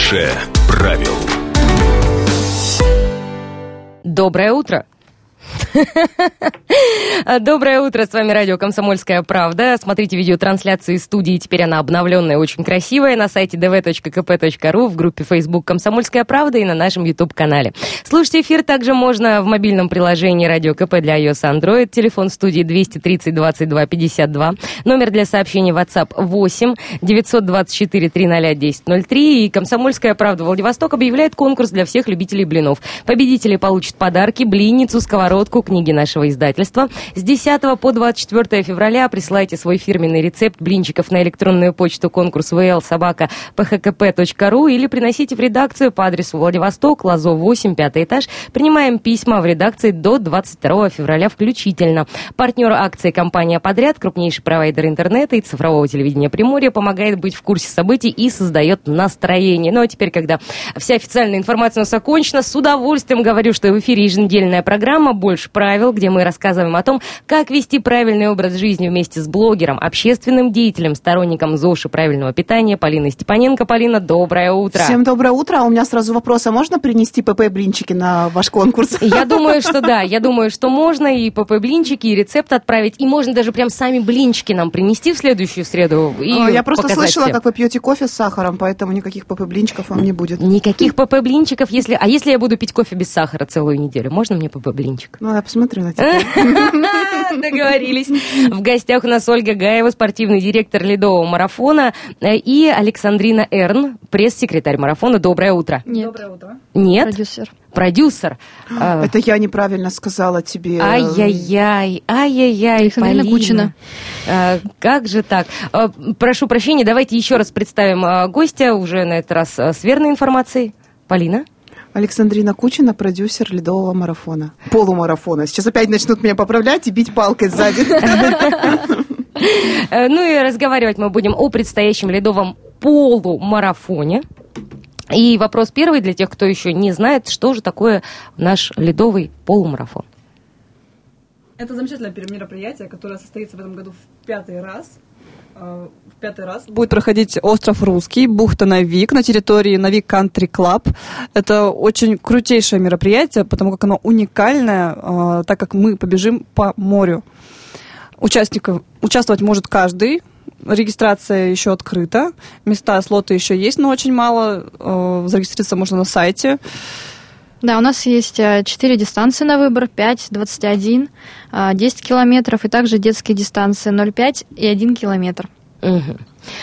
Выше правил. Доброе утро. Доброе утро, с вами радио «Комсомольская правда». Смотрите видеотрансляцию из студии, теперь она обновленная, очень красивая, на сайте dv.kp.ru, в группе Facebook «Комсомольская правда» и на нашем YouTube-канале. Слушать эфир также можно в мобильном приложении «Радио КП» для iOS и Android, телефон студии 230 22 52, номер для сообщений WhatsApp 8 924 300 1003, и «Комсомольская правда» Владивосток объявляет конкурс для всех любителей блинов. Победители получат подарки, блинницу, сковородку, книги нашего издательства. С 10 по 24 февраля присылайте свой фирменный рецепт блинчиков на электронную почту конкурс vl@phkp.ru или приносите в редакцию по адресу Владивосток, Лозо 8, 5 этаж. Принимаем письма в редакции до 22 февраля включительно. Партнер акции «Компания Подряд», крупнейший провайдер интернета и цифрового телевидения Приморья, помогает быть в курсе событий и создает настроение. Ну а теперь, когда вся официальная информация у нас окончена, с удовольствием говорю, что в эфире еженедельная программа «Больше правил», где мы рассказываем о том, как вести правильный образ жизни вместе с блогером, общественным деятелем, сторонником ЗОЖ и правильного питания Полиной Степаненко. Полина, доброе утро. Всем доброе утро. А у меня сразу вопрос, а можно принести ПП-блинчики на ваш конкурс? Я думаю, что да. Я думаю, что можно и ПП-блинчики, и рецепт отправить. И можно даже прям сами блинчики нам принести в следующую среду. И я просто слышала, всем, как вы пьете кофе с сахаром, поэтому никаких ПП-блинчиков вам не будет. Никаких ПП-блинчиков. А если я буду пить кофе без сахара целую неделю? Можно мне ПП-блинчик? Ну, я посмотрю на тебя. Договорились. В гостях у нас Ольга Гаева, спортивный директор ледового марафона, и Александрина Эрн, пресс-секретарь марафона. Доброе утро. Нет. Доброе утро. Нет? Продюсер. Это я неправильно сказала тебе. Ай-яй-яй, Александрина Полина. Кучина. Как же так? Прошу прощения, давайте еще раз представим гостя, уже на этот раз с верной информацией. Полина? Александрина Кучина, продюсер ледового марафона. Полумарафона. Сейчас опять начнут меня поправлять и бить палкой сзади. Ну и разговаривать мы будем о предстоящем ледовом полумарафоне. И вопрос первый для тех, кто еще не знает, что же такое наш ледовый полумарафон. Это замечательное мероприятие, которое состоится в этом году в пятый раз. Будет проходить остров Русский, бухта Навик на территории Навик Кантри Клаб. Это очень крутейшее мероприятие, потому как оно уникальное, так как мы побежим по морю. Участвовать может каждый. Регистрация еще открыта. Места, слоты еще есть, но очень мало. Зарегистрироваться можно на сайте. Да, у нас есть 4 дистанции на выбор, 5, 21, 10 километров, и также детские дистанции 0,5 и 1 километр. Угу.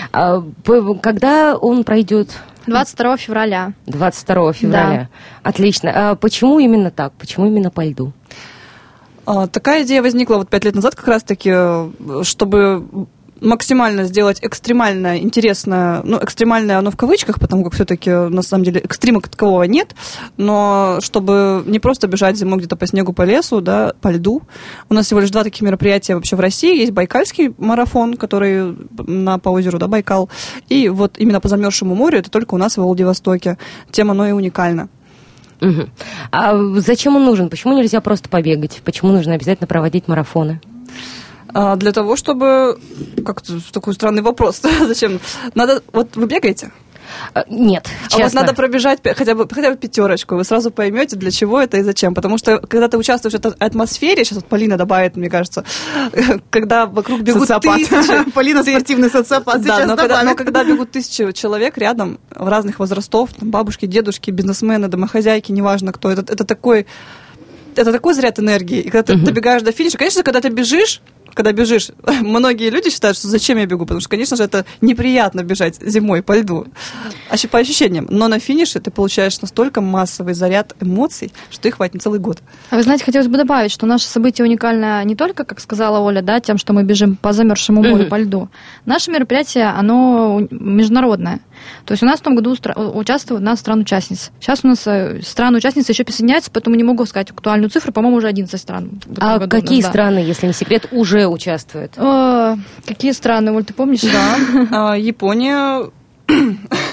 Когда он пройдет? 22 февраля. 22 февраля. Да. Отлично. А почему именно так? Почему именно по льду? Такая идея возникла 5 лет назад как раз-таки, чтобы максимально сделать экстремально интересное, экстремальное оно в кавычках, потому как все-таки на самом деле экстрима как такового нет, но чтобы не просто бежать зимой где-то по снегу, по лесу, да, по льду. У нас всего лишь 2 таких мероприятия вообще в России. Есть Байкальский марафон, который по озеру, да, Байкал, и вот именно по замерзшему морю, это только у нас во Владивостоке. Тем оно и уникально. Угу. А зачем он нужен? Почему нельзя просто побегать? Почему нужно обязательно проводить марафоны? Для того, чтобы... Как-то такой странный вопрос. Зачем? Надо... Вот вы бегаете? Нет, честно. А вот надо пробежать хотя бы 5, вы сразу поймете, для чего это и зачем. Потому что, когда ты участвуешь в этой атмосфере, сейчас вот Полина добавит, мне кажется, когда вокруг бегут тысячи... Полина спортивный социопат, сейчас добавит. Но когда бегут 1000 человек рядом, разных возрастов, там, бабушки, дедушки, бизнесмены, домохозяйки, неважно кто, это такой заряд энергии. И когда ты добегаешь до финиша, конечно, когда бежишь, многие люди считают, что зачем я бегу, потому что, конечно же, это неприятно бежать зимой по льду, по ощущениям. Но на финише ты получаешь настолько массовый заряд эмоций, что их хватит на целый год. А вы знаете, хотелось бы добавить, что наше событие уникально не только, как сказала Оля, да, тем, что мы бежим по замерзшему морю, по льду. Наше мероприятие, оно международное. То есть у нас в том году участвует 12 стран-участниц. Сейчас у нас страны-участницы еще присоединяются, поэтому не могу сказать актуальную цифру. По-моему, уже 11 стран. А какие страны, если не секрет, уже участвуют? Какие страны, Оль, ты помнишь? Да, Япония,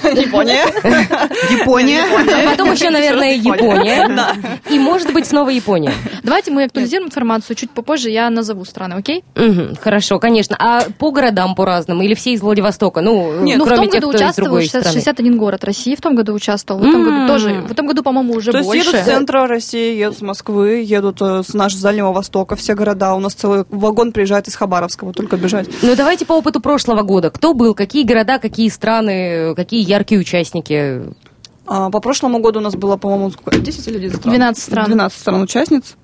Япония. А потом еще, наверное, Япония. И, может быть, снова Япония. Давайте мы актуализируем информацию. Чуть попозже я назову страны, окей? Хорошо, конечно. А по городам по-разному? Или все из Владивостока? Нет, в том году участвовал 61 город России. В том году участвовал. В этом году тоже. В этом году, по-моему, уже больше. То есть едут с центра России, едут с Москвы, едут с нашего Дальнего Востока, все города. У нас целый вагон приезжает из Хабаровска, вот только бежать. Ну, давайте по опыту прошлого года. Кто был, какие города, какие страны, какие яркие участники? По прошлому году у нас было, по-моему, 10 или 11 стран? 12 стран. 12 стран-участниц.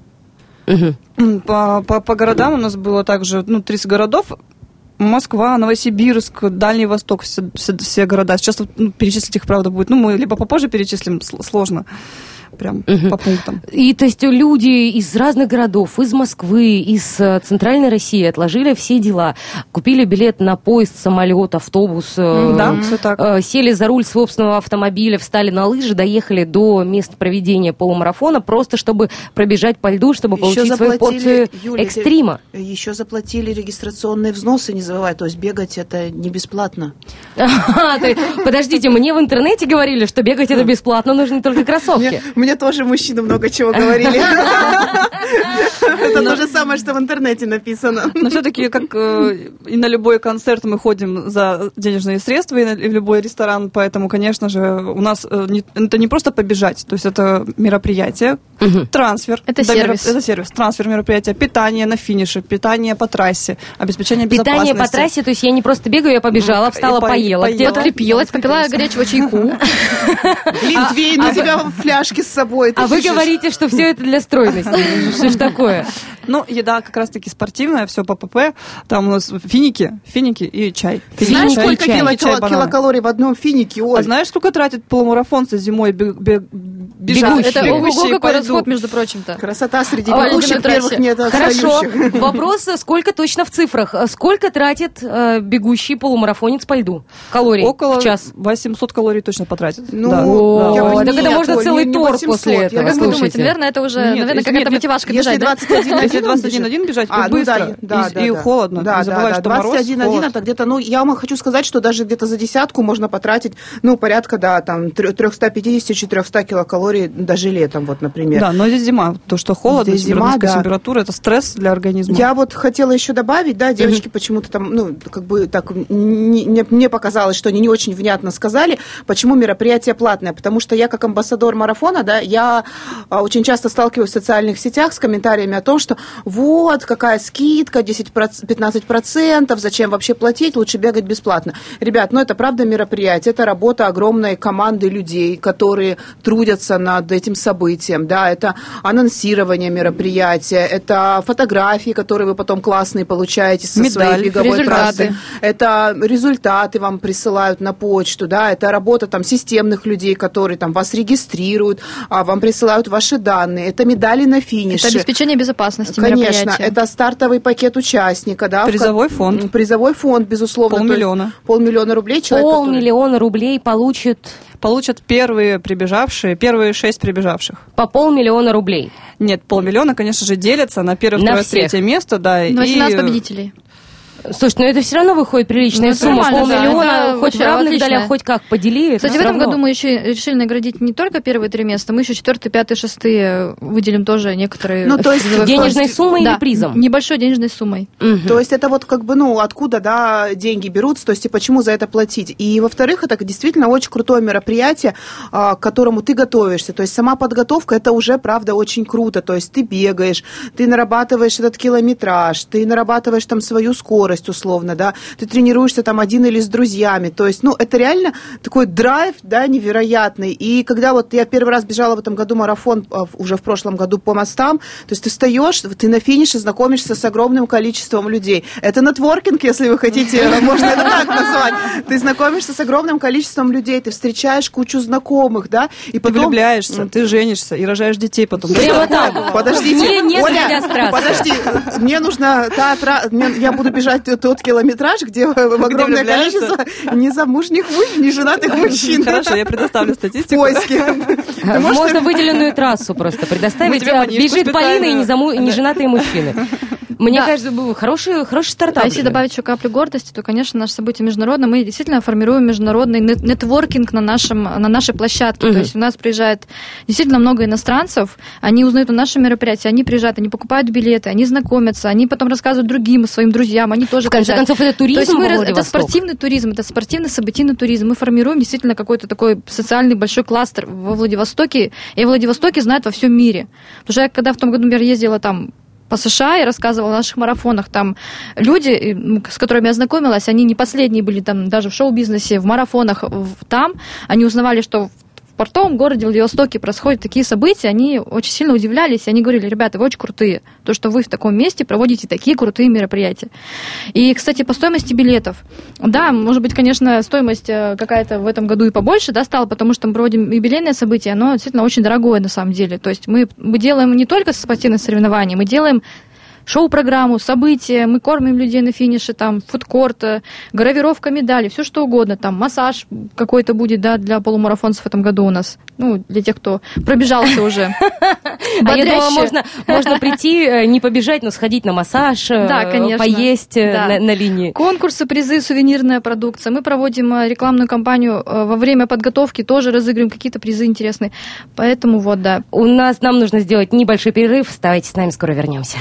По городам у нас было также 30 городов. Москва, Новосибирск, Дальний Восток, все города. Сейчас перечислить их, правда, будет. Мы либо попозже перечислим, сложно. Прям по пунктам. И то есть люди из разных городов, из Москвы, из центральной России отложили все дела, купили билет на поезд, самолет, автобус, да, все так. Сели за руль собственного автомобиля, встали на лыжи, доехали до места проведения полумарафона, просто чтобы пробежать по льду, чтобы получить свою порцию экстрима. Еще заплатили регистрационные взносы, не забывай, то есть бегать это не бесплатно. Подождите, мне в интернете говорили, что бегать это бесплатно, нужны только кроссовки. Мне тоже мужчины много чего говорили. Это то же самое, что в интернете написано. Но все-таки, как и на любой концерт, мы ходим за денежные средства, и в любой ресторан, поэтому, конечно же, у нас это не просто побежать, то есть это мероприятие, трансфер. Это сервис. Это сервис, трансфер мероприятия, питание на финише, питание по трассе, обеспечение безопасности. Питание по трассе, то есть я не просто бегаю, я побежала, встала, поела, подкрепилась, попила горячего чайку. Глинтвейн у тебя в фляжке с собой. А вы говорите, что все это для стройности. Что ж такое? Еда как раз-таки спортивная, все по ПП. Там у нас финики и чай. Знаешь, сколько килокалорий в одном финике, Оль? А знаешь, сколько тратит полумарафонцы зимой бежать? Это какой расход, между прочим-то. Красота среди бегущих первых нет отстающих. Хорошо. Вопрос, сколько точно в цифрах? Сколько тратит бегущий полумарафонец по льду? Калорий около в час? 800 калорий точно потратит. Так это можно целый торт после этого. Как вы думаете, наверное, это уже какая-то мотивашка бежать, да? Если 21.1 бежать, быстро, и холодно. Не забывай, что мороз, 21.1 это где-то, я вам хочу сказать, что даже где-то за десятку можно потратить, порядка, 350-400 килокалорий даже летом, вот, например. Да, но здесь зима, то, что холодно, зима, температура, это стресс для организма. Я вот хотела еще добавить, девочки почему-то там, мне показалось, что они не очень внятно сказали, почему мероприятие платное, потому что я как амбассадор марафона, я очень часто сталкиваюсь в социальных сетях с комментариями о том, что вот, какая скидка, 10-15%, зачем вообще платить, лучше бегать бесплатно. Ребят, это правда мероприятие, это работа огромной команды людей, которые трудятся над этим событием, это анонсирование мероприятия, это фотографии, которые вы потом классные получаете со своей беговой трассы, это результаты вам присылают на почту, это работа системных людей, которые вас регистрируют, вам присылают ваши данные, это медали на финише. Это обеспечение безопасности мероприятия. Конечно, это стартовый пакет участника. Призовой фонд. Призовой фонд, безусловно. 500 000. 500 000 рублей человек. 500 000 рублей получат первые 6 прибежавших. По 500 000 рублей. Нет, 500 000, конечно же, делятся на первое, второе, третье место. 18 победителей. Слушай, это все равно выходит приличная сумма. 500 000, хоть в равных долях, хоть как подели. Кстати, в этом году мы еще решили наградить не только первые 3 места, мы еще 4, 5, 6 выделим тоже некоторые. То есть денежной суммой или призом? Небольшой денежной суммой. То есть это откуда, деньги берутся, то есть и почему за это платить. И, во-вторых, это действительно очень крутое мероприятие, к которому ты готовишься. То есть сама подготовка, это уже, правда, очень круто. То есть ты бегаешь, ты нарабатываешь этот километраж, ты нарабатываешь свою скорость, условно, ты тренируешься один или с друзьями, то есть, это реально такой драйв, невероятный, и когда я первый раз бежала в этом году марафон, уже в прошлом году по мостам, то есть ты встаешь, ты на финише знакомишься с огромным количеством людей, это нетворкинг, если вы хотите, можно это так назвать, ты знакомишься с огромным количеством людей, ты встречаешь кучу знакомых, и потом... Ты влюбляешься, ты женишься и рожаешь детей потом. Прямо так. Подождите, Оля, подожди, мне нужно, я буду бежать тот километраж, где огромное количество незамужних мужчин, неженатых мужчин. Хорошо, я предоставлю статистику. Поиски. Можно выделенную трассу просто предоставить. Бежит Полина и неженатые мужчины. Мне кажется, был хороший стартап. А если добавить еще каплю гордости, то, конечно, наше событие международное. Мы действительно формируем международный нетворкинг на нашей площадке. То есть у нас приезжает действительно много иностранцев, они узнают о нашем мероприятии, они приезжают, они покупают билеты, они знакомятся, они потом рассказывают другим своим друзьям, они тоже приезжают. В конце концов, это туризм во Владивосток. Это спортивный туризм, это спортивный событийный туризм. Мы формируем действительно какой-то такой социальный большой кластер во Владивостоке, и Владивостоке знают во всем мире. Потому что я когда в том году, например, ездила там по США и рассказывала о наших марафонах, там люди, с которыми я знакомилась, они не последние были там даже в шоу-бизнесе, в марафонах, там, они узнавали, что в портовом городе Владивостоке происходят такие события, они очень сильно удивлялись, и они говорили: ребята, вы очень крутые, то, что вы в таком месте проводите такие крутые мероприятия. И, кстати, по стоимости билетов, да, может быть, конечно, стоимость какая-то в этом году и побольше, да, стала, потому что мы проводим юбилейное событие, оно действительно очень дорогое на самом деле, то есть мы делаем не только спортивные соревнования, мы делаем шоу-программу, события, мы кормим людей на финише, там, фудкорт, гравировка медалей, все что угодно, там, массаж какой-то будет, да, для полумарафонцев в этом году у нас, ну, для тех, кто пробежался уже. А я думала, можно прийти, не побежать, но сходить на массаж, поесть на линии. Конкурсы, призы, сувенирная продукция. Мы проводим рекламную кампанию во время подготовки, тоже разыгрываем какие-то призы интересные. Поэтому вот, да. Нам нужно сделать небольшой перерыв. Оставайтесь с нами, скоро вернемся.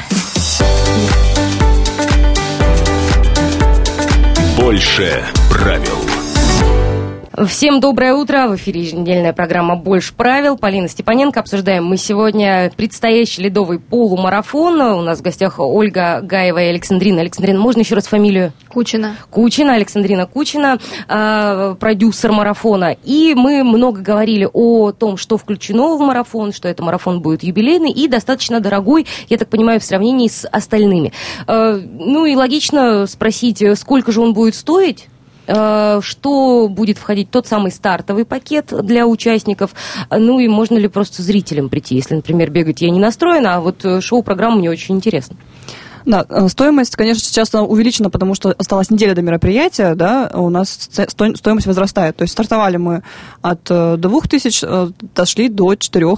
Больше правил. Всем доброе утро. В эфире еженедельная программа «Больше правил». Полина Степаненко. Обсуждаем мы сегодня предстоящий ледовый полумарафон. У нас в гостях Ольга Гаева и Александрина. Александрина, можно еще раз фамилию? Кучина. Александрина Кучина, продюсер марафона. И мы много говорили о том, что включено в марафон, что это марафон будет юбилейный и достаточно дорогой, я так понимаю, в сравнении с остальными. Ну и логично спросить, сколько же он будет стоить? Что будет входить тот самый стартовый пакет для участников, ну и можно ли просто зрителям прийти, если, например, бегать я не настроена, а вот шоу-программа мне очень интересна. Да, стоимость, конечно, сейчас она увеличена, потому что осталась неделя до мероприятия, да, у нас стоимость возрастает. То есть стартовали мы от 2000, дошли до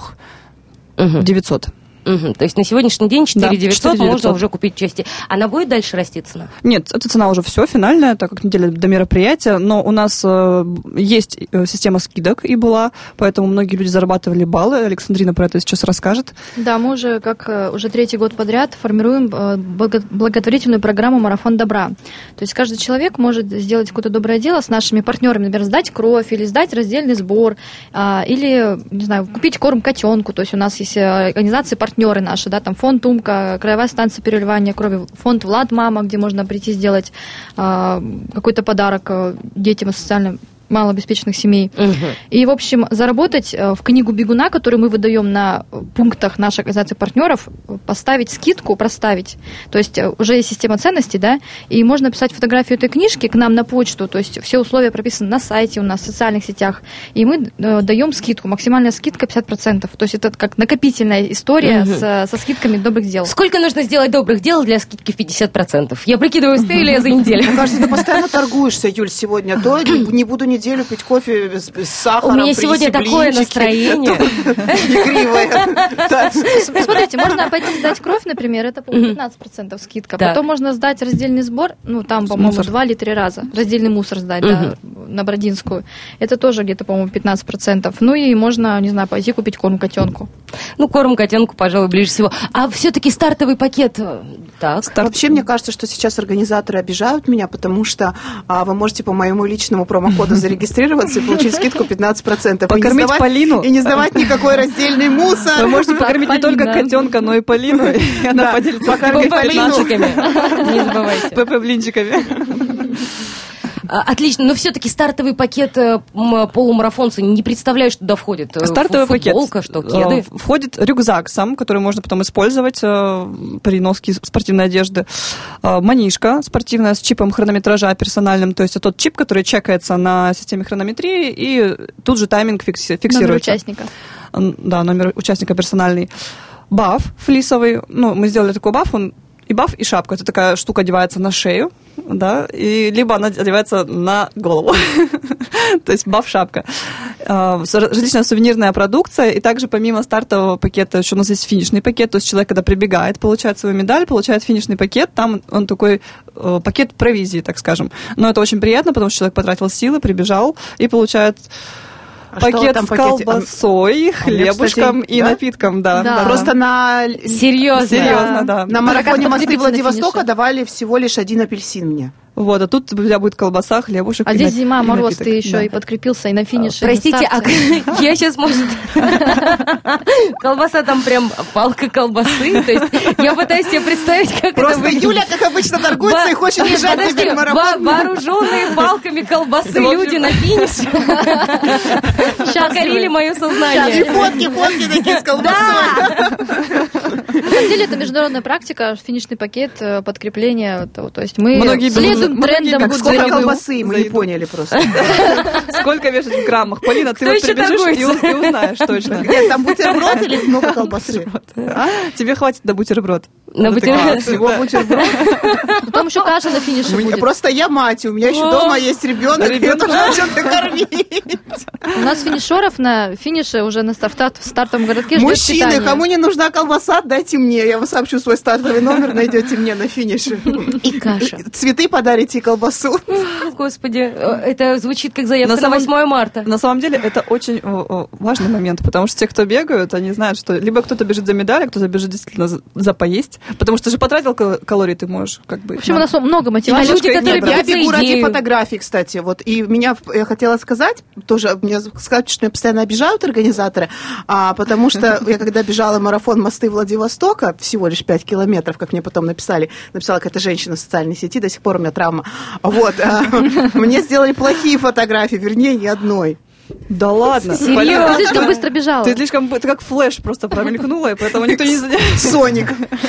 4900. Угу. То есть на сегодняшний день 4900 можно уже купить части. Она будет дальше расти цена? Нет, эта цена уже все, финальная, так как неделя до мероприятия, но у нас есть система скидок и была, поэтому многие люди зарабатывали баллы. Александрина про это сейчас расскажет. Да, мы уже, уже третий год подряд формируем благотворительную программу «Марафон добра». То есть каждый человек может сделать какое-то доброе дело с нашими партнерами, например, сдать кровь или сдать раздельный сбор, или, не знаю, купить корм котенку. То есть у нас есть организации партнеры наши, да, там фонд «Умка», краевая станция переливания крови, фонд «Влад Мама», где можно прийти сделать какой-то подарок детям из социально малообеспеченных семей. И, в общем, заработать в книгу бегуна, которую мы выдаем на пунктах нашей организации партнеров, поставить скидку, проставить. То есть уже есть система ценностей, да, и можно писать фотографию этой книжки к нам на почту, то есть все условия прописаны на сайте у нас, в социальных сетях, и мы даем скидку, максимальная скидка 50%. То есть это как накопительная история со скидками добрых дел. Сколько нужно сделать добрых дел для скидки в 50%? Я прикидываю, успею ли я за неделю. Мне кажется, ты постоянно торгуешься, Юль, сегодня. То не буду неделю пить кофе с сахаром. У меня сегодня такое настроение. Игривое. Смотрите, можно пойти сдать кровь, например, это, по-моему, 15% скидка. Потом можно сдать раздельный сбор, ну, там, по-моему, 2 или 3 раза. Раздельный мусор сдать, да, на Бродинскую. Это тоже где-то, по-моему, 15%. Ну, и можно, не знаю, пойти купить корм котенку. Ну, корм котенку, пожалуй, ближе всего. А все-таки стартовый пакет... Так. Вообще, мне кажется, что сейчас организаторы обижают меня, потому что вы можете по моему личному промокоду зарегистрироваться и получить скидку 15%. Покормить Полину. И не сдавать никакой раздельный мусор. Вы можете покормить не только котенка, но и Полину. И она поделится покормить блинчиками. Не забывайте. ПП-блинчиками. Отлично, но все-таки стартовый пакет полумарафонца не представляю, что туда входит. Стартовый футболка, пакет. Что, кеды? Входит рюкзак сам, который можно потом использовать при носке спортивной одежды. Манишка спортивная с чипом хронометража персональным, то есть это тот чип, который чекается на системе хронометрии, и тут же тайминг фиксируется. Номер участника. Да, номер участника персональный. Баф флисовый. Ну, мы сделали такой баф, он И баф, и шапка. Это такая штука одевается на шею, да, и либо она одевается на голову. То есть баф-шапка. Различная сувенирная продукция, и также помимо стартового пакета еще у нас есть финишный пакет, то есть человек, когда прибегает, получает свою медаль, получает финишный пакет, там он такой пакет провизии, так скажем. Но это очень приятно, потому что человек потратил силы, прибежал и получает... Пакет с колбасой, хлебушком и напитком, да. Просто на... Серьезно, да. На марафоне «Мосты Владивостока» давали всего лишь 1 апельсин мне. Вот, а тут у тебя будет колбаса, хлебушек. А здесь зима, мороз, ты еще и подкрепился, и на финише. Простите, я сейчас, может... Колбаса там прям палка колбасы, то есть я пытаюсь себе представить, как это выглядит. Просто Юля, как обычно, торгуется и хочет бежать теперь в марафон. Вооруженные палками колбасы люди на финише покорили мое сознание. И фотки такие с колбасой. На самом деле это международная практика, финишный пакет, подкрепление, то есть мы следуем трендам. Сколько колбасы, мы не поняли просто. Сколько вешать в граммах? Полина, ты вот прибежишь и узнаешь точно. Нет, там бутерброд или много колбасы? Тебе хватит на бутерброд. На бутерброд. Всего бутерброд. Потом еще каша на финише будет. Просто я мать, у меня еще дома есть ребенок, и это надо чем-то кормить. У нас финишеров на финише уже на стартовом городке ждет питание. Мужчины, кому не нужна колбаса, дайте мне, я вам сообщу свой стартовый номер, найдете мне на финише. И каша. Цветы подарите и колбасу. Господи, это звучит как заявка на 8 марта. На самом деле это очень важный момент, потому что те, кто бегают, они знают, что либо кто-то бежит за медаль, а кто-то бежит действительно за поесть, потому что ты же потратил калорий, ты можешь как бы... В общем, у нас много мотиваций. Я бегу ради фотографий, кстати, вот, и я хотела сказать, тоже, мне сказать, что меня постоянно обижают организаторы, потому что я когда бежала марафон «Мосты Владивостока», всего лишь 5 километров, как мне потом написала какая-то женщина в социальной сети, до сих пор у меня травма, вот, мне сделали плохие фотографии, вернее, ни одной. Да ладно. Серьезно? Ты слишком быстро бежала. Ты как флэш просто промелькнула, и поэтому никто не занял. Соник.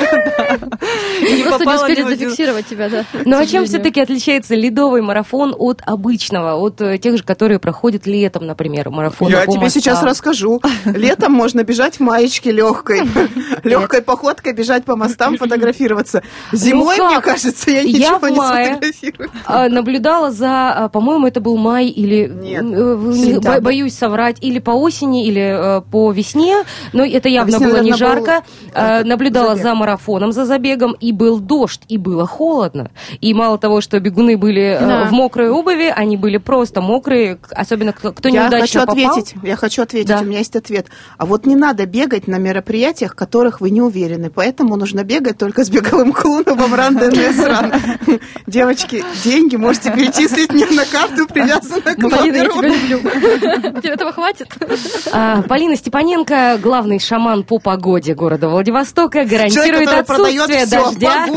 Просто не успели зафиксировать тебя, да. Ну а чем все-таки отличается ледовый марафон от обычного, от тех же, которые проходят летом, например, марафон? Я тебе сейчас расскажу. Летом можно бежать в маечке легкой походкой, бежать по мостам, фотографироваться. Зимой, мне кажется, я ничего не сфотографирую. Наблюдала за, по-моему, это был май или... Боюсь соврать, или по осени, или по весне, но это явно было не жарко. Наблюдала за марафоном, за забегом, и был дождь, и было холодно. И мало того, что бегуны были в мокрой обуви, они были просто мокрые, особенно кто неудачно попал. Я хочу ответить, у меня есть ответ. А вот не надо бегать на мероприятиях, в которых вы не уверены, поэтому нужно бегать только с беговым клубом ран. Девочки, деньги можете перечислить мне на карту, привязанную к Полина, я тебя люблю. Тебе этого хватит? Полина Степаненко, главный шаман по погоде города Владивостока, гарантирует отсутствие дождя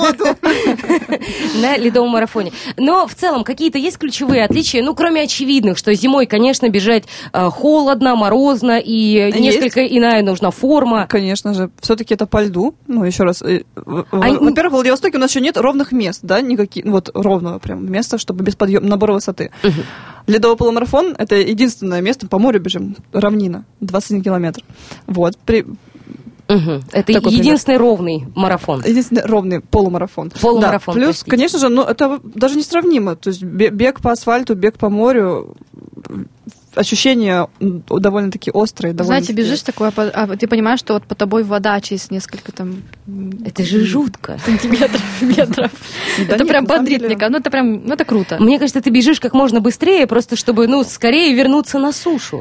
на ледовом марафоне. Но в целом какие-то есть ключевые отличия, ну, кроме очевидных, что зимой, конечно, бежать холодно, морозно, и несколько иная нужна форма. Конечно же. Все-таки это по льду. Ну, еще раз. Во-первых, в Владивостоке у нас еще нет ровных мест, да, никаких, вот ровного прям места, чтобы без набора высоты. Ледовый полумарафон — это единственное место, по морю бежим, равнина, 21 километр. Вот. Это единственный ровный марафон. Единственный ровный полумарафон. Полумарафон. Да. Плюс, конечно же, это даже несравнимо. То есть бег по асфальту, бег по морю, ощущения довольно-таки острые. Знаете, бежишь такое, а ты понимаешь, что вот по тобой вода через несколько там... Это же жутко. Сантиметров, метров. Это прям бодрит, мне кажется. Ну, это прям, это круто. Мне кажется, ты бежишь как можно быстрее, просто чтобы, скорее вернуться на сушу.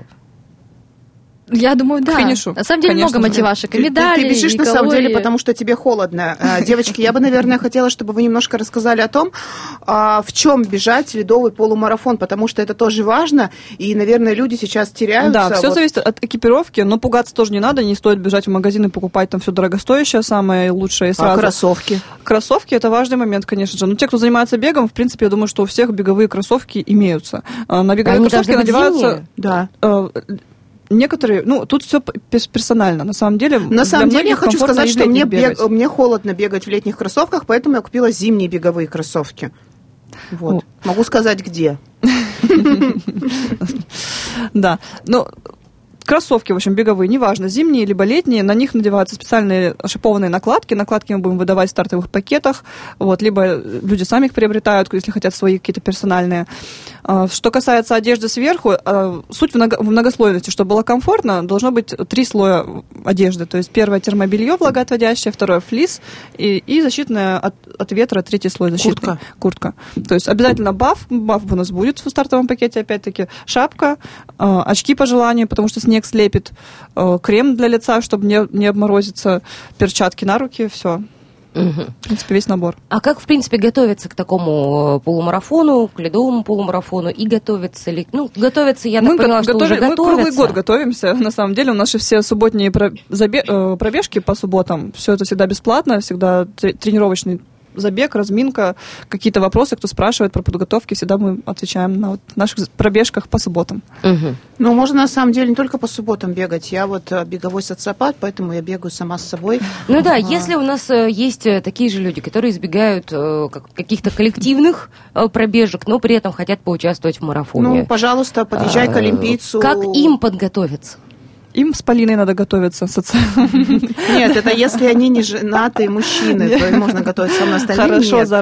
Я думаю, да. К финишу. На самом деле много мотивашек. И медали, ты бежишь и на самом калории. деле, потому что тебе холодно. Девочки, я бы, наверное, хотела, чтобы вы немножко рассказали о том, в чем бежать ледовый полумарафон, потому что это тоже важно, и, наверное, люди сейчас теряются. Да, все зависит от экипировки, но пугаться тоже не надо, не стоит бежать в магазин и покупать там все дорогостоящее, самое лучшее и сразу. А кроссовки? Кроссовки — это важный момент, конечно же. Но те, кто занимается бегом, в принципе, я думаю, что у всех беговые кроссовки имеются. На беговые кроссовки надеваются... Да. Некоторые, тут все персонально, на самом деле. На самом деле я хочу сказать, что мне холодно бегать в летних кроссовках, поэтому я купила зимние беговые кроссовки. Вот. Могу сказать, где. Да, кроссовки, в общем, беговые, неважно, зимние либо летние, на них надеваются специальные шипованные накладки. Накладки мы будем выдавать в стартовых пакетах, вот, либо люди сами их приобретают, если хотят свои какие-то персональные. Что касается одежды сверху, суть в многослойности. Чтобы было комфортно, должно быть 3 слоя одежды. То есть первое термобелье влагоотводящее, второе флис и защитная от ветра, 3-й слой защиты. Куртка. То есть обязательно баф у нас будет в стартовом пакете, опять-таки, шапка, очки по желанию, потому что снег слепит, крем для лица, чтобы не обморозиться, перчатки на руки, все. В принципе, весь набор. А как, в принципе, готовиться к такому полумарафону, к ледовому полумарафону? И готовится ли? Ну, готовится, я так поняла, что уже готовятся. Мы круглый год готовимся, на самом деле. У нас же все субботние пробежки по субботам. Все это всегда бесплатно, всегда тренировочный забег, разминка, какие-то вопросы, кто спрашивает про подготовки, всегда мы отвечаем на наших пробежках по субботам. Ну, можно, на самом деле, не только по субботам бегать. Я вот беговой социопат, поэтому я бегаю сама с собой. Ну да, если у нас есть такие же люди, которые избегают каких-то коллективных пробежек, но при этом хотят поучаствовать в марафоне. Ну, пожалуйста, подъезжай к олимпийцу. Как им подготовиться? Им с Полиной надо готовиться социально. Нет, это если они не женатые мужчины, то им можно готовиться, а на остальные хорошо нет.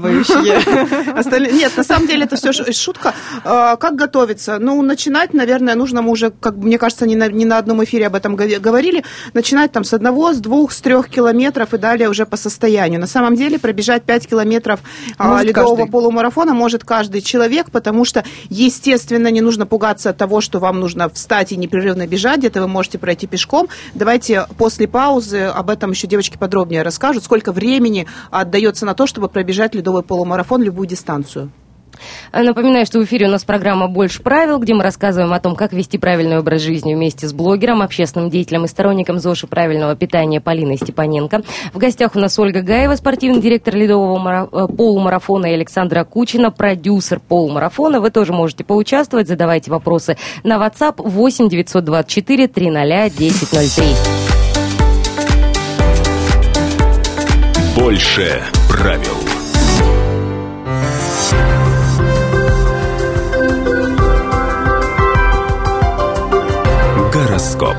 Зарабатывающие. Нет, на самом деле это все шутка. Как готовиться? Ну, начинать, наверное, нужно, мы уже, как мне кажется, не на одном эфире об этом говорили, начинать там с 1, с 2, с 3 километров и далее уже по состоянию. На самом деле пробежать 5 километров ледового полумарафона может каждый человек, потому что, естественно, не нужно пугаться от того, что вам нужно встать и непрерывно бежать, где-то вы можете пройти пешком. Давайте после паузы об этом еще девочки подробнее расскажут, сколько времени отдается на то, чтобы пробежать ледовый полумарафон, любую дистанцию. Напоминаю, что в эфире у нас программа «Больше правил», где мы рассказываем о том, как вести правильный образ жизни вместе с блогером, общественным деятелем и сторонником ЗОЖ и правильного питания Полиной Степаненко. В гостях у нас Ольга Гаева, спортивный директор ледового полумарафона, и Александра Кучина, продюсер полумарафона. Вы тоже можете поучаствовать, задавайте вопросы на WhatsApp 8 924 300 1003. Больше правил. Гороскоп.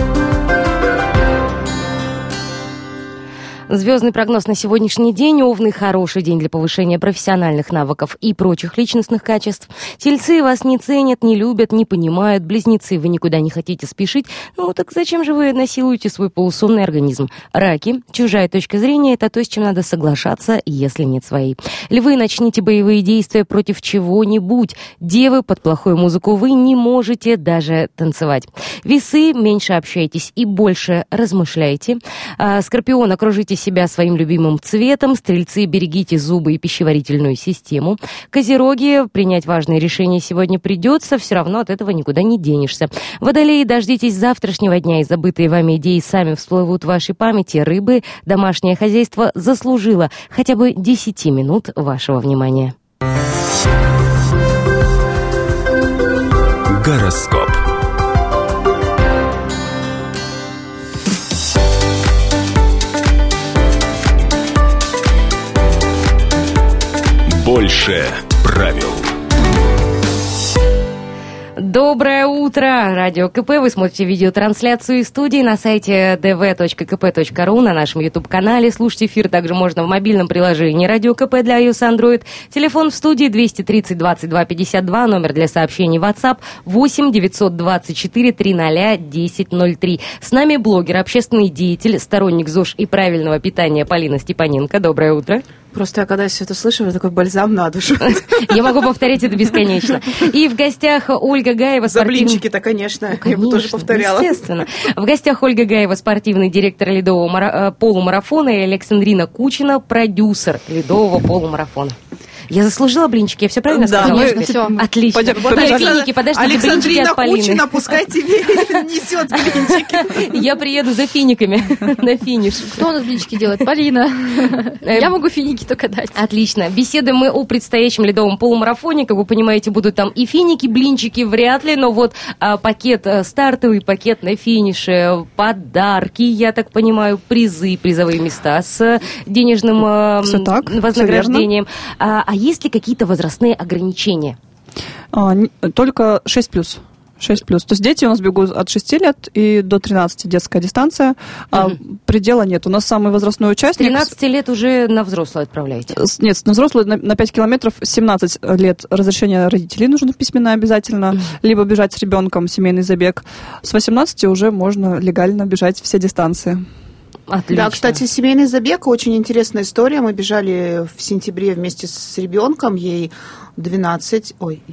Звездный прогноз на сегодняшний день. Овны – хороший день для повышения профессиональных навыков и прочих личностных качеств. Тельцы вас не ценят, не любят, не понимают. Близнецы, вы никуда не хотите спешить. Ну так зачем же вы насилуете свой полусонный организм? Раки. Чужая точка зрения – это то, с чем надо соглашаться, если нет своей. Львы, начните боевые действия против чего-нибудь. Девы, под плохую музыку вы не можете даже танцевать. Весы, меньше общайтесь и больше размышляйте. Скорпион, окружите себя своим любимым цветом. Стрельцы, берегите зубы и пищеварительную систему. Козероги, принять важные решения сегодня придется, все равно от этого никуда не денешься. Водолеи, дождитесь завтрашнего дня, и забытые вами идеи сами всплывут в вашей памяти. Рыбы, домашнее хозяйство заслужило хотя бы 10 минут вашего внимания. Гороскоп. Больше правил. Доброе утро! Радио КП. Вы смотрите видеотрансляцию из студии на сайте dv.kp.ru, на нашем YouTube-канале. Слушать эфир также можно в мобильном приложении Радио КП для iOS и Android. Телефон в студии 230 22 52, номер для сообщений WhatsApp 8 924 300 1003. С нами блогер, общественный деятель, сторонник ЗОЖ и правильного питания Полина Степаненко. Доброе утро! Просто я когда все это слышу, это такой бальзам на душу. Я могу повторять это бесконечно. И в гостях Ольга Гаева. За блинчики-то, конечно. Я бы тоже повторяла. Естественно. В гостях Ольга Гаева, спортивный директор ледового полумарафона, и Александрина Кучина, продюсер ледового полумарафона. Я заслужила блинчики, я все правильно сказала? Конечно, все. Отлично. Финики, подождите, блинчики от Полины. Кучина, пускай тебе несет блинчики. Я приеду за финиками на финиш. Кто у нас блинчики делает? Полина. Я могу финики только дать. Отлично. Беседуем мы о предстоящем ледовом полумарафоне. Как вы понимаете, будут там и финики, блинчики вряд ли, но вот пакет, стартовый пакет на финише, подарки, я так понимаю, призы, призовые места с денежным вознаграждением. А есть ли какие-то возрастные ограничения? Только 6+. 6+. То есть дети у нас бегут от 6 лет и до 13 детская дистанция, а предела нет. У нас самый возрастной участник... С 13 лет уже на взрослую отправляете? Нет, на взрослую на 5 километров 17 лет разрешение родителей нужно письменно обязательно, либо бежать с ребенком, семейный забег. С 18 уже можно легально бежать все дистанции. Отлично. Да, кстати, семейный забег, очень интересная история. Мы бежали в сентябре вместе с ребенком, ей 12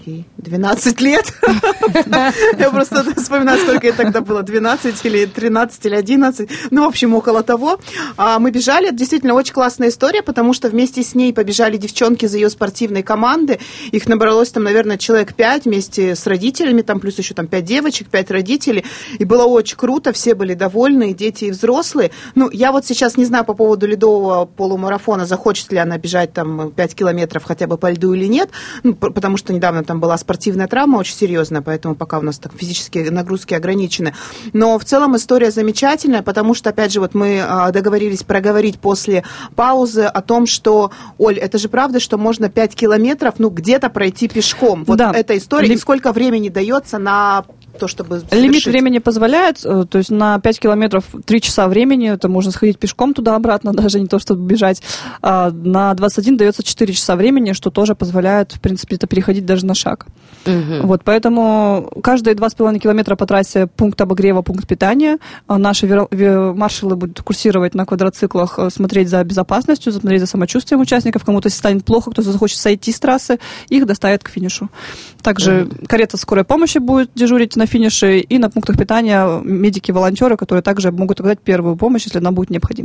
лет. Я просто вспоминаю, сколько ей тогда было, 12 или 13 или 11. Ну, в общем, около того. Мы бежали, это действительно очень классная история, потому что вместе с ней побежали девчонки из ее спортивной команды. Их набралось там, наверное, человек 5 вместе с родителями, там плюс еще там 5 девочек, 5 родителей. И было очень круто, все были довольны, и дети, и взрослые. Ну, я вот сейчас не знаю по поводу ледового полумарафона, захочет ли она бежать там 5 километров хотя бы по льду или нет. Ну, потому что недавно там была спортивная травма очень серьезная, поэтому пока у нас так физические нагрузки ограничены. Но в целом история замечательная, потому что, опять же, вот мы договорились проговорить после паузы о том, что, Оль, это же правда, что можно 5 километров, ну, где-то пройти пешком. Вот да. Эта история. И сколько времени дается на то, чтобы совершить? Лимит времени позволяет, то есть на 5 километров 3 часа времени, это можно сходить пешком туда-обратно, даже не то, чтобы бежать. А на 21 дается 4 часа времени, что тоже позволяет, в принципе, это переходить даже на шаг. Вот, поэтому каждые 2,5 километра по трассе пункт обогрева, пункт питания. Наши маршалы будут курсировать на квадроциклах, смотреть за безопасностью, смотреть за самочувствием участников. Кому-то станет плохо, кто-то захочет сойти с трассы, их доставят к финишу. Также карета скорой помощи будет дежурить на финише, и на пунктах питания медики-волонтеры, которые также могут оказать первую помощь, если она будет необходима.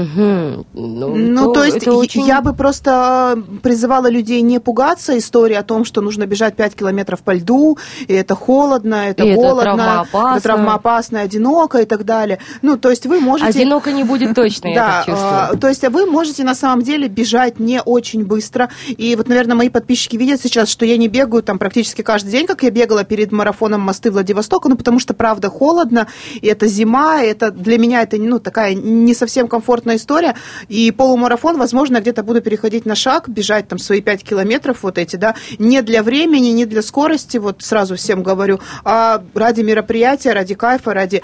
Ну, то есть очень... я бы просто призывала людей не пугаться истории о том, что нужно бежать 5 километров по льду, и это холодно, это голодно, это травмоопасно, одиноко и так далее. Ну, то есть вы можете... Одиноко не будет точно, я так чувствую. То есть вы можете на самом деле бежать не очень быстро. И вот, наверное, мои подписчики видят сейчас, что я не бегаю там практически каждый день, как я бегала перед марафоном «Мосты Владивостока», ну, потому что, правда, холодно, и это зима, и это для меня это, ну, такая не совсем комфортная история. И полумарафон, возможно, я где-то буду переходить на шаг, бежать там свои 5 километров вот эти, да, не для времени, не для скорости, вот сразу всем говорю, а ради мероприятия, ради кайфа, ради,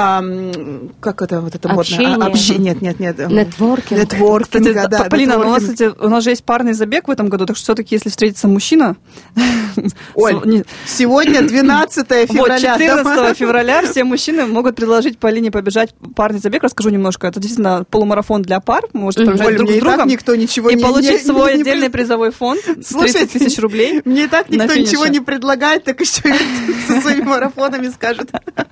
как это вот это модно? Общение. Нет. Нетворкинга, да. Полина, у нас же есть парный забег в этом году, так что все-таки, если встретится мужчина... Оль, сегодня 12 февраля. Вот 14 февраля все мужчины могут предложить Полине побежать парный забег. Расскажу немножко. Это действительно полумарафон для пар. Вы можете побежать друг с другом никто ничего и получить свой отдельный призовой фонд. 30 тысяч рублей. Мне и так никто ничего не предлагает, так еще со своими марафонами скажет.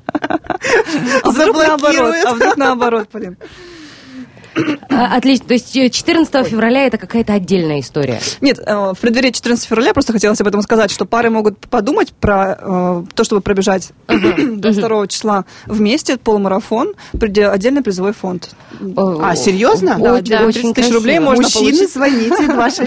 А вдруг наоборот, Полин? Отлично. То есть 14 февраля это какая-то отдельная история? Нет, в преддверии 14 февраля просто хотелось об этом сказать, что пары могут подумать про то, чтобы пробежать до 2 числа вместе полумарафон, отдельный призовой фонд. А, серьезно? Да, 30 тысяч рублей можно получить. Мужчины, звоните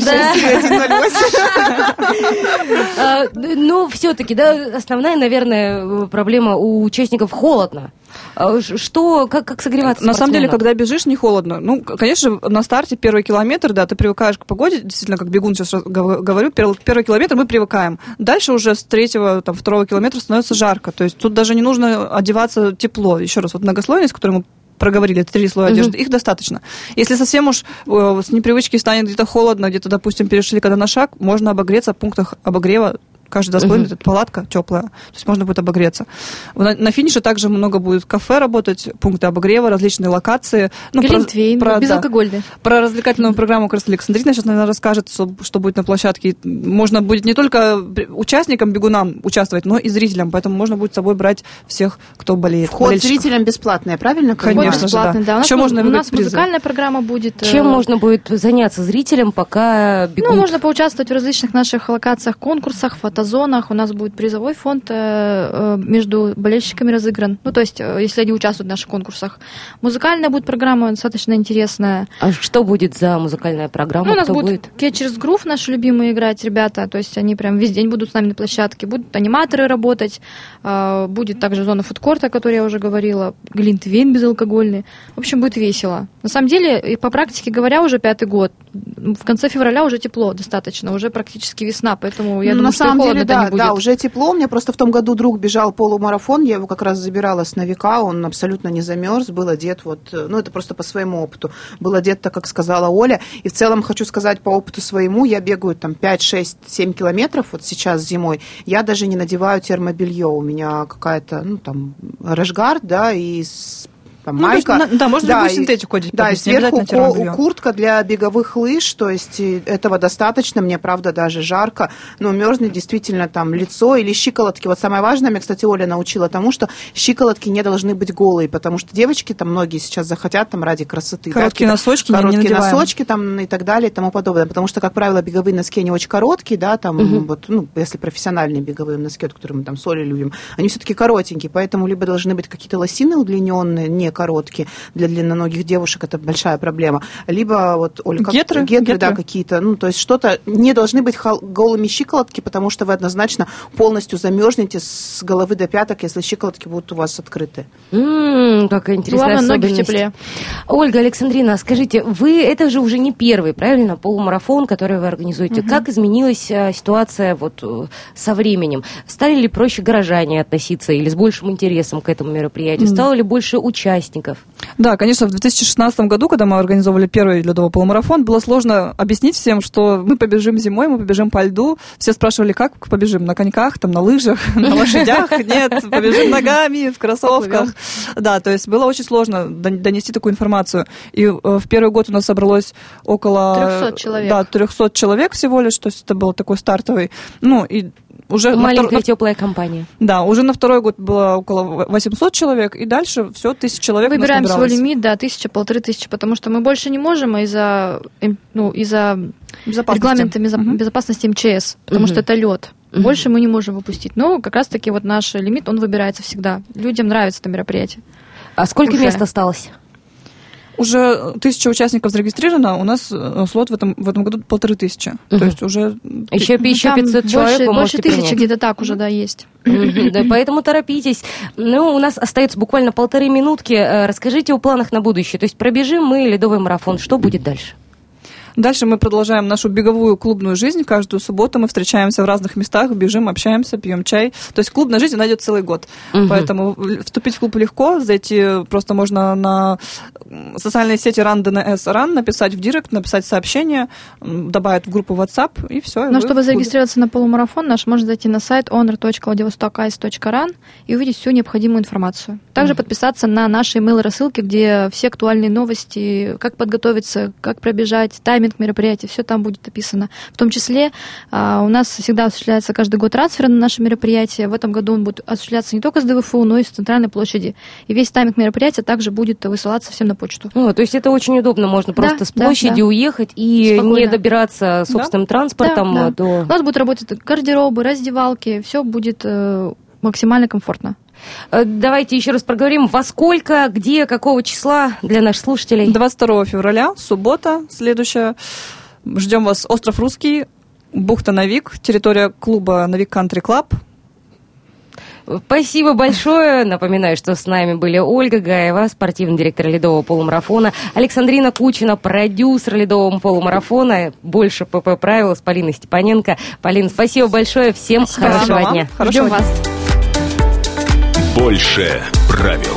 266-108. Ну, все-таки, да, основная, наверное, проблема у участников холодно. Что, как согреваться? На самом деле, когда бежишь, не холодно. Ну, конечно, на старте первый километр, да, ты привыкаешь к погоде, действительно, как бегун сейчас говорю, первый километр мы привыкаем. Дальше уже с 3-2 километра становится жарко. То есть тут даже не нужно одеваться тепло. Еще раз, вот многослойность, которую мы проговорили, 3 слоя одежды, их достаточно. Если совсем уж с непривычки станет где-то холодно, где-то, допустим, перешли когда на шаг, можно обогреться в пунктах обогрева. Каждый достоин, это палатка теплая, то есть можно будет обогреться. На финише также много будет кафе работать, пункты обогрева, различные локации. Глинтвейн, безалкогольный. Про развлекательную программу как раз Александрина сейчас, наверное, расскажет, что будет на площадке. Можно будет не только участникам, бегунам участвовать, но и зрителям, поэтому можно будет с собой брать всех, кто болеет. Вход зрителям бесплатный, я правильно понимаю? Конечно же, да. Еще у нас музыкальная программа будет. Чем можно будет заняться зрителям, пока бегут? Ну, можно поучаствовать в различных наших локациях, конкурсах, фотозонах. У нас будет призовой фонд между болельщиками разыгран. Ну, то есть, если они участвуют в наших конкурсах. Музыкальная будет программа достаточно интересная. А что будет за музыкальная программа? Ну, у нас будет Catcher's Groove, наши любимые играть ребята. То есть, они прям весь день будут с нами на площадке. Будут аниматоры работать. Будет также зона фудкорта, о которой я уже говорила. Глинтвейн безалкогольный. В общем, будет весело. На самом деле, и по практике говоря, уже 5-й год, в конце февраля уже тепло достаточно, уже практически весна, поэтому я думаю, на самом что деле, холодно-то не будет. Да, уже тепло. У меня просто в том году друг бежал полумарафон, я его как раз забирала с новика, он абсолютно не замерз, был одет это просто по своему опыту, был одет так, как сказала Оля, и в целом хочу сказать по опыту своему, я бегаю там 5, 6, 7 километров, вот сейчас зимой, я даже не надеваю термобелье, у меня какая-то, рашгард, да, и майка. Можно любую синтетику одеть. Да, и сверху куртка для беговых лыж, то есть этого достаточно, мне, правда, даже жарко, но мерзнет действительно там лицо или щиколотки. Вот самое важное, меня, кстати, Оля научила тому, что щиколотки не должны быть голые, потому что девочки там многие сейчас захотят там ради красоты. Короткие носочки не надеваем. Короткие носочки там и так далее и тому подобное, потому что, как правило, беговые носки, они очень короткие, да, там если профессиональные беговые носки, которые мы там с Олей любим, они все-таки коротенькие, поэтому либо должны быть какие-то лосины удлиненные, не короткие, для длинноногих девушек это большая проблема. Либо вот, Оля, гетры, да, какие-то, то есть что-то, не должны быть голыми щиколотки, потому что вы однозначно полностью замерзнете с головы до пяток, если щиколотки будут у вас открыты. Какая интересная особенность. Ноги в тепле. Ольга Александрина, скажите, это же уже не первый, правильно, полумарафон, который вы организуете. Как изменилась ситуация со временем? Стали ли проще горожане относиться или с большим интересом к этому мероприятию? Стало ли больше участников? Да, конечно, в 2016 году, когда мы организовывали первый ледовый полумарафон, было сложно объяснить всем, что мы побежим зимой, мы побежим по льду. Все спрашивали, как побежим? На коньках, на лыжах, на лошадях? Нет, побежим ногами, в кроссовках. Да, то есть было очень сложно донести такую информацию. И в первый год у нас собралось около 300 человек. Да, 300 человек всего лишь, то есть это был такой стартовый. И уже маленькая теплая компания. Да, уже на второй год было около 800 человек, и дальше все 1000 человек. Выбираем свой лимит, 1000-1500, потому что мы больше не можем из-за регламента безопасности МЧС, потому что это лед. Больше мы не можем выпустить. Но как раз-таки наш лимит, он выбирается всегда. Людям нравится это мероприятие. А сколько мест осталось? Уже 1000 участников зарегистрировано, у нас слот в этом году 1500. То есть уже... Еще 500 человек больше 1000 где-то так уже, есть. Да, поэтому торопитесь. У нас остается буквально 1,5 минутки. Расскажите о планах на будущее. То есть пробежим мы ледовый марафон. Что будет дальше? Дальше мы продолжаем нашу беговую клубную жизнь. Каждую субботу мы встречаемся в разных местах, бежим, общаемся, пьем чай. То есть клубная жизнь, она идет целый год. Поэтому вступить в клуб легко. Зайти просто можно на социальные сети RUN DNS RUN, написать в директ, написать сообщение, добавить в группу WhatsApp, и все. Но чтобы зарегистрироваться на полумарафон наш, можно зайти на сайт honor.vladivostok.ice.run и увидеть всю необходимую информацию. Также подписаться на наши email-рассылки, где все актуальные новости, как подготовиться, как пробежать, тайминг мероприятия, все там будет описано. В том числе у нас всегда осуществляется каждый год трансфер на наше мероприятие. В этом году он будет осуществляться не только с ДВФУ, но и с центральной площади. И весь тайминг мероприятия также будет высылаться всем на почту. То есть это очень удобно, можно просто с площади уехать и спокойно не добираться собственным транспортом. У нас будут работать гардеробы, раздевалки, все будет максимально комфортно. Давайте еще раз проговорим, во сколько, где, какого числа для наших слушателей? 22 февраля, суббота следующая. Ждем вас, остров Русский, бухта Навик, территория клуба Навик Кантри Клаб. Спасибо большое. Напоминаю, что с нами были Ольга Гаева, спортивный директор ледового полумарафона, Александрина Кучина, продюсер ледового полумарафона, больше ПП правил, с Полиной Степаненко. Полина, спасибо большое. Всем хорошего дня. Ждем вас. Больше правил.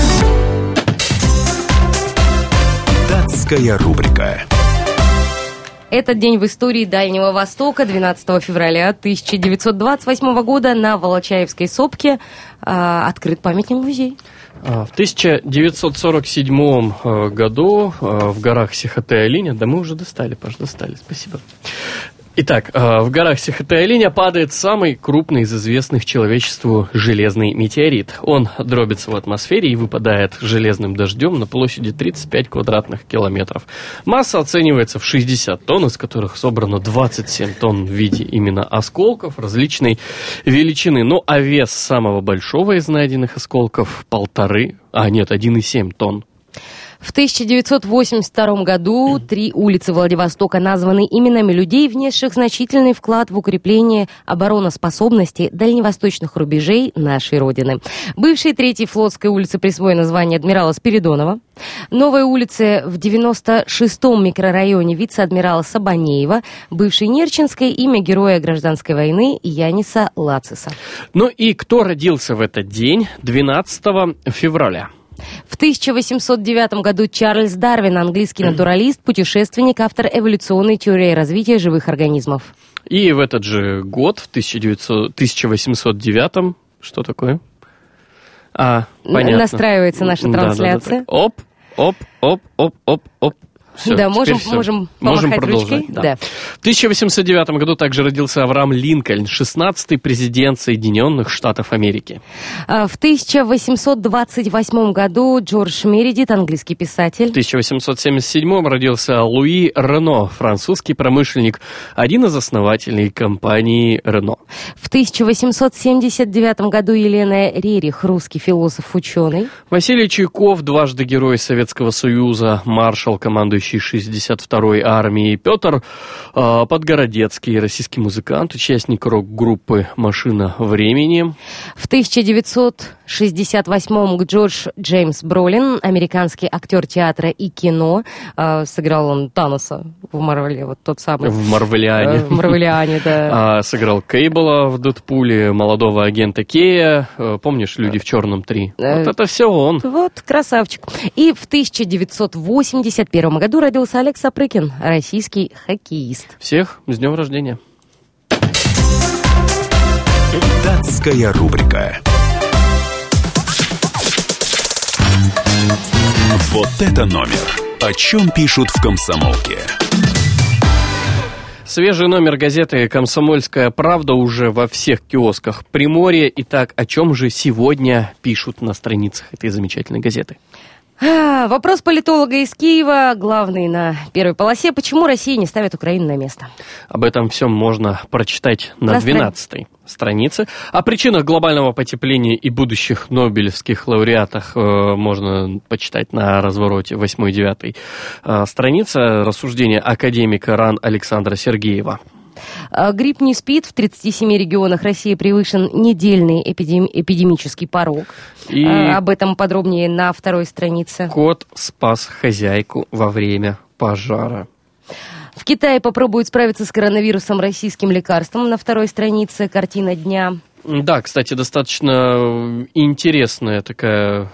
Датская рубрика. Этот день в истории Дальнего Востока. 12 февраля 1928 года на Волочаевской сопке открыт памятник музей. В 1947 году в горах Сихотэ-Алиня, да мы уже достали, спасибо. Итак, в горах Сихотэ-Алиня падает самый крупный из известных человечеству железный метеорит. Он дробится в атмосфере и выпадает железным дождем на площади 35 квадратных километров. Масса оценивается в 60 тонн, из которых собрано 27 тонн в виде именно осколков различной величины. А вес самого большого из найденных осколков 1,7 тонн. В 1982 году 3 улицы Владивостока названы именами людей, внесших значительный вклад в укрепление обороноспособности дальневосточных рубежей нашей Родины. Бывшей 3-й флотской улице присвоено звание адмирала Спиридонова. Новой улице в 96-м микрорайоне вице-адмирала Сабанеева. Бывшей Нерчинской имя героя гражданской войны Яниса Лациса. Ну и кто родился в этот день, 12 февраля? В 1809 году Чарльз Дарвин, английский натуралист, путешественник, автор эволюционной теории развития живых организмов. И в этот же год, в 1809, что такое? Понятно. Настраивается наша трансляция. Да. Оп. Все, да, можем помахать ручкой. Да. В 1809 году также родился Авраам Линкольн, 16-й президент Соединенных Штатов Америки. В 1828 году Джордж Мередит, английский писатель. В 1877 родился Луи Рено, французский промышленник, один из основателей компании Рено. В 1879 году Елена Рерих, русский философ-ученый. Василий Чуйков, дважды Герой Советского Союза, маршал, командующий 62-й армией. Петр Подгородецкий, российский музыкант, участник рок-группы «Машина времени». В 1968-м Джордж Джеймс Бролин, американский актер театра и кино. Сыграл он Таноса в Марвеле, вот тот самый. В Марвелиане. В Марвелиане, да. Сыграл Кейбла в «Дэдпуле», молодого агента Кея. Помнишь «Люди в черном 3»? Вот это все он. Вот, красавчик. И в 1981 году родился Олег Сапрыкин, российский хоккеист. Всех с днем рождения. Датская рубрика. Вот это номер. О чем пишут в «Комсомолке». Свежий номер газеты «Комсомольская правда» уже во всех киосках Приморья. Итак, о чем же сегодня пишут на страницах этой замечательной газеты? Вопрос политолога из Киева, главный на первой полосе. Почему Россия не ставит Украину на место? Об этом всем можно прочитать на 12-й странице. О причинах глобального потепления и будущих нобелевских лауреатах можно почитать на развороте 8-9 странице. Рассуждения академика РАН Александра Сергеева. Грипп не спит. В 37 регионах России превышен недельный эпидемический порог. И об этом подробнее на 2-й странице. Кот спас хозяйку во время пожара. В Китае попробуют справиться с коронавирусом российским лекарством. На 2-й странице картина дня. Да, кстати, достаточно интересная такая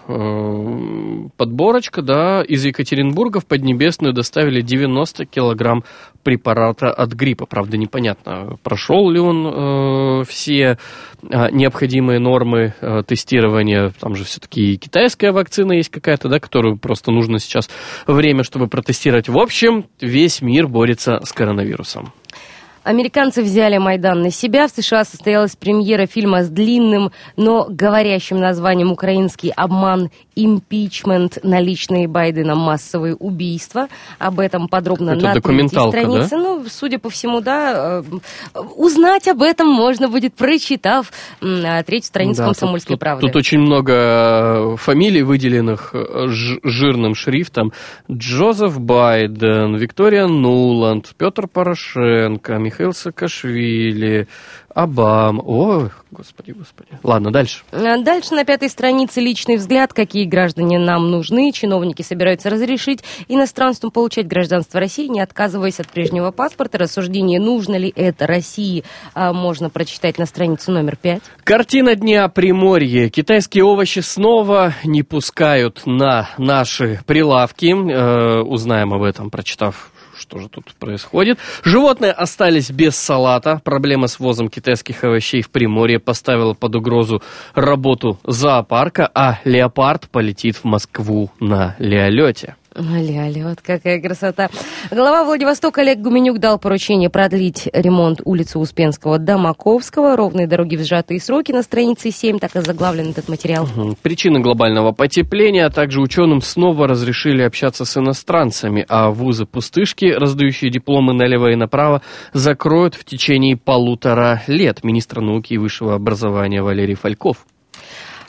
подборочка, да. Из Екатеринбурга в Поднебесную доставили 90 килограмм препарата от гриппа. Правда, непонятно, прошел ли он все необходимые нормы тестирования. Там же все-таки и китайская вакцина есть какая-то, да, которую просто нужно сейчас время, чтобы протестировать. В общем, весь мир борется с коронавирусом. Американцы взяли Майдан на себя. В США состоялась премьера фильма с длинным, но говорящим названием «Украинский обман. Импичмент. Наличные Байдена массовые убийства». Об этом подробно это на 3-й странице. Да? Ну, судя по всему, да. Узнать об этом можно будет, прочитав 3-ю страницу «Комсомольской правды». Тут очень много фамилий, выделенных жирным шрифтом. Джозеф Байден, Виктория Нуланд, Петр Порошенко, Михаил Саакашвили, Обама. О, господи. Ладно, дальше. Дальше на 5-й странице личный взгляд, какие граждане нам нужны. Чиновники собираются разрешить иностранцам получать гражданство России, не отказываясь от прежнего паспорта. Рассуждение, нужно ли это России, можно прочитать на странице номер 5. Картина дня Приморье. Китайские овощи снова не пускают на наши прилавки. Узнаем об этом, прочитав, что же тут происходит. Животные остались без салата. Проблема с ввозом китайских овощей в Приморье поставила под угрозу работу зоопарка, а леопард полетит в Москву на леолете. Вот какая красота. Глава Владивостока Олег Гуменюк дал поручение продлить ремонт улицы Успенского до Маковского. Ровные дороги в сжатые сроки. На странице 7 так и заглавлен этот материал. Причины глобального потепления, а также ученым снова разрешили общаться с иностранцами, а вузы-пустышки, раздающие дипломы налево и направо, закроют в течение 1,5 лет. Министр науки и высшего образования Валерий Фальков.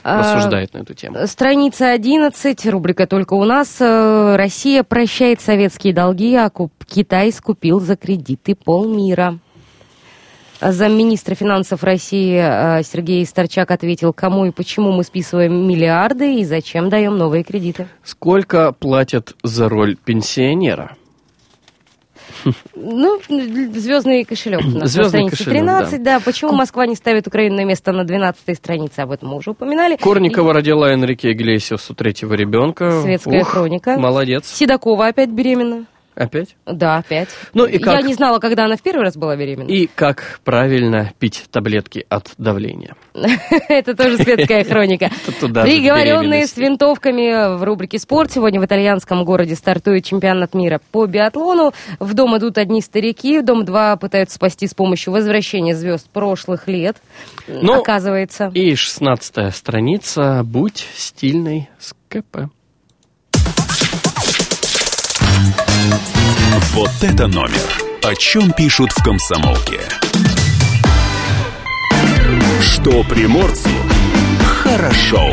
рассуждает на эту тему. Страница 11, рубрика «Только у нас». Россия прощает советские долги, а Китай скупил за кредиты полмира. Замминистра финансов России Сергей Старчак ответил, кому и почему мы списываем миллиарды и зачем даем новые кредиты. Сколько платят за роль пенсионера? Ну, звездный кошелек у нас Звездный на странице кошелек, 13, да. Почему Москва не ставит Украину на место на 12-й странице, об этом мы уже упоминали. Корникова родила Энрике Иглесиасу третьего ребенка. Светская хроника. Молодец. Седокова опять беременна. Опять? Да, опять. Ну, и как... Я не знала, когда она в первый раз была беременна. И как правильно пить таблетки от давления. Это тоже светская хроника. Приговоренные с винтовками в рубрике «Спорт». Сегодня в итальянском городе стартует чемпионат мира по биатлону. В дом идут одни старики, дом 2 пытаются спасти с помощью возвращения звезд прошлых лет, оказывается. И 16-я страница «Будь стильной с КП». Вот это номер. О чем пишут в «Комсомолке». Что приморцу хорошо.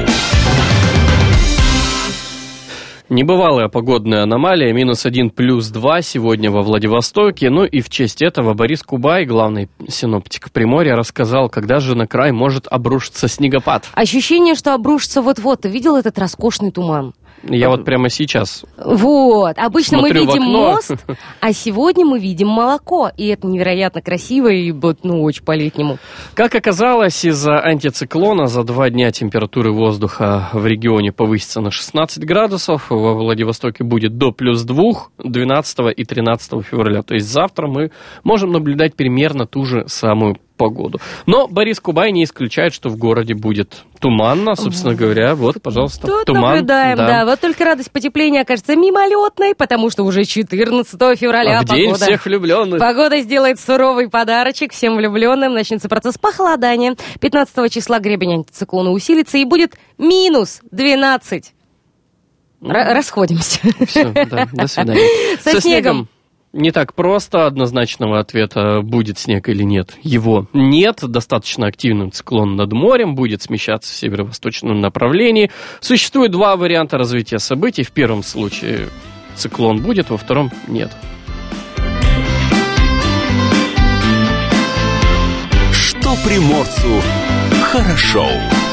Небывалая погодная аномалия, -1 +2 сегодня во Владивостоке. Ну и в честь этого Борис Кубай, главный синоптик Приморья, рассказал, когда же на край может обрушиться снегопад. Ощущение, что обрушится вот-вот. Ты видел этот роскошный туман? Я вот прямо сейчас Вот. Обычно мы смотрю видим мост, а сегодня мы видим молоко. И это невероятно красиво и очень по-летнему. Как оказалось, из-за антициклона за 2 дня температуры воздуха в регионе повысится на 16 градусов. Во Владивостоке будет до +2 12 и 13 февраля. То есть завтра мы можем наблюдать примерно ту же самую погоду. Но Борис Кубай не исключает, что в городе будет туманно, собственно говоря. Вот, пожалуйста, тут туман. Наблюдаем, да. Вот только радость потепления окажется мимолетной, потому что уже 14 февраля в день всех влюбленных. Погода сделает суровый подарочек всем влюбленным. Начнется процесс похолодания. 15 числа гребень антициклона усилится и будет -12. Расходимся. Все, да, до свидания. Со снегом. Не так просто. Однозначного ответа, будет снег или нет, его нет. Достаточно активным циклон над морем будет смещаться в северо-восточном направлении. Существует 2 варианта развития событий. В первом случае циклон будет, во втором нет. Что приморцу хорошо.